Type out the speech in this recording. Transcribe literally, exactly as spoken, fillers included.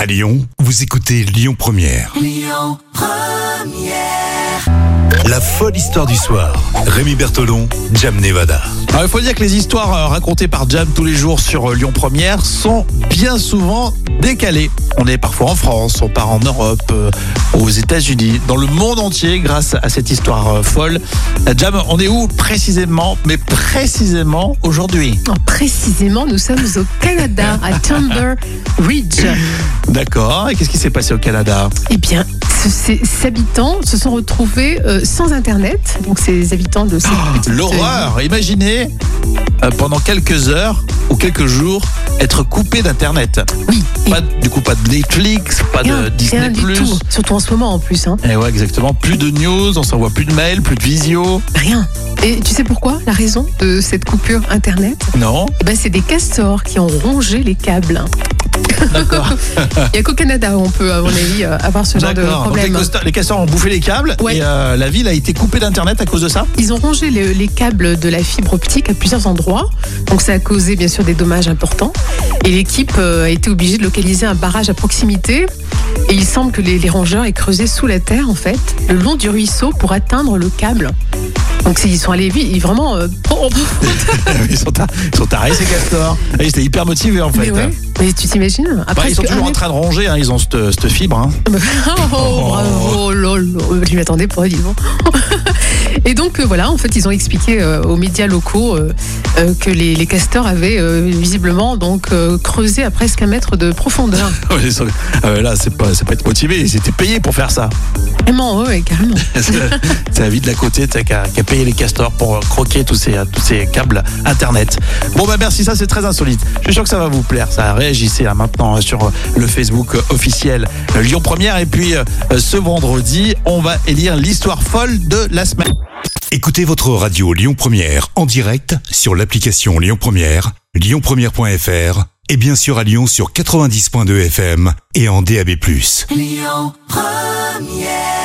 À Lyon, vous écoutez Lyon Première. Lyon Première. La folle histoire du soir. Rémi Bertolon, Jam Nevada. Alors, il faut dire que les histoires euh, racontées par Jam tous les jours sur euh, Lyon Première sont bien souvent décalées. On est parfois en France, on part en Europe, euh, aux États-Unis, dans le monde entier grâce à cette histoire euh, folle. Euh, Jam, on est où précisément, mais précisément aujourd'hui? Précisément, nous sommes au Canada, à Thunder Ridge. D'accord, et qu'est-ce qui s'est passé au Canada? Eh bien, ce- ces, ces habitants se sont retrouvés euh, sans Internet. Donc, ces habitants de cette petite... L'horreur! Imaginez, euh, pendant quelques heures ou quelques jours, être coupé d'Internet. Oui, et Pas, de- du coup, pas de Netflix, pas rien, de Disney+. rien du tout. Surtout en ce moment, en plus. Hein. Et ouais, exactement. Plus de news, on s'envoie plus de mails, plus de visio. Rien. Et tu sais pourquoi? La raison de cette coupure Internet? Non? Eh ben, c'est des castors qui ont rongé les câbles. D'accord. Il n'y a qu'au Canada où on peut, à mon avis, euh, avoir ce genre de D'accord. Donc les, problème. castors, les castors ont bouffé les câbles Ouais. et euh, la ville a été coupée d'Internet à cause de ça? Ils ont rongé les, les câbles de la fibre optique à plusieurs endroits. Donc ça a causé bien sûr des dommages importants. Et l'équipe euh, a été obligée de localiser un barrage à proximité. Et il semble que les, les rongeurs aient creusé sous la terre, en fait, le long du ruisseau pour atteindre le câble. Donc ils sont allés vite, ils vraiment... euh, oh, oh, ils, sont tar- ils sont tarés ces castors. Et ils étaient hyper motivés en fait. mais ouais. Mais tu t'imagines? Bah, Après, ils sont est-ce que- toujours ah, en train de ronger, hein. Ils ont cette, cette fibre. Hein. Oh, bravo, lol, je m'y attendais pas, dis donc. Et donc euh, voilà, en fait, ils ont expliqué euh, aux médias locaux euh, euh, que les, les castors avaient euh, visiblement donc euh, creusé à presque un mètre de profondeur. Ouais, ils sont- euh, là, c'est pas, c'est pas être motivé, ils étaient payés pour faire ça. Vraiment, ouais, ouais, carrément. C'est c'est la vie de la côté tu sais, qui a, qui a payé les castors pour euh, croquer tous ces, tous ces câbles Internet. Bon, bah merci, ça c'est très insolite. Je suis sûr que ça va vous plaire. Ça, réagissez là maintenant euh, sur euh, le Facebook euh, officiel euh, Lyon Première. Et puis euh, euh, ce vendredi, on va élire l'histoire folle de la semaine. Écoutez votre radio Lyon Première en direct sur l'application Lyon Première, lyon première point f r et bien sûr à Lyon sur quatre-vingt-dix point deux F M et en D A B plus. Lyon Première.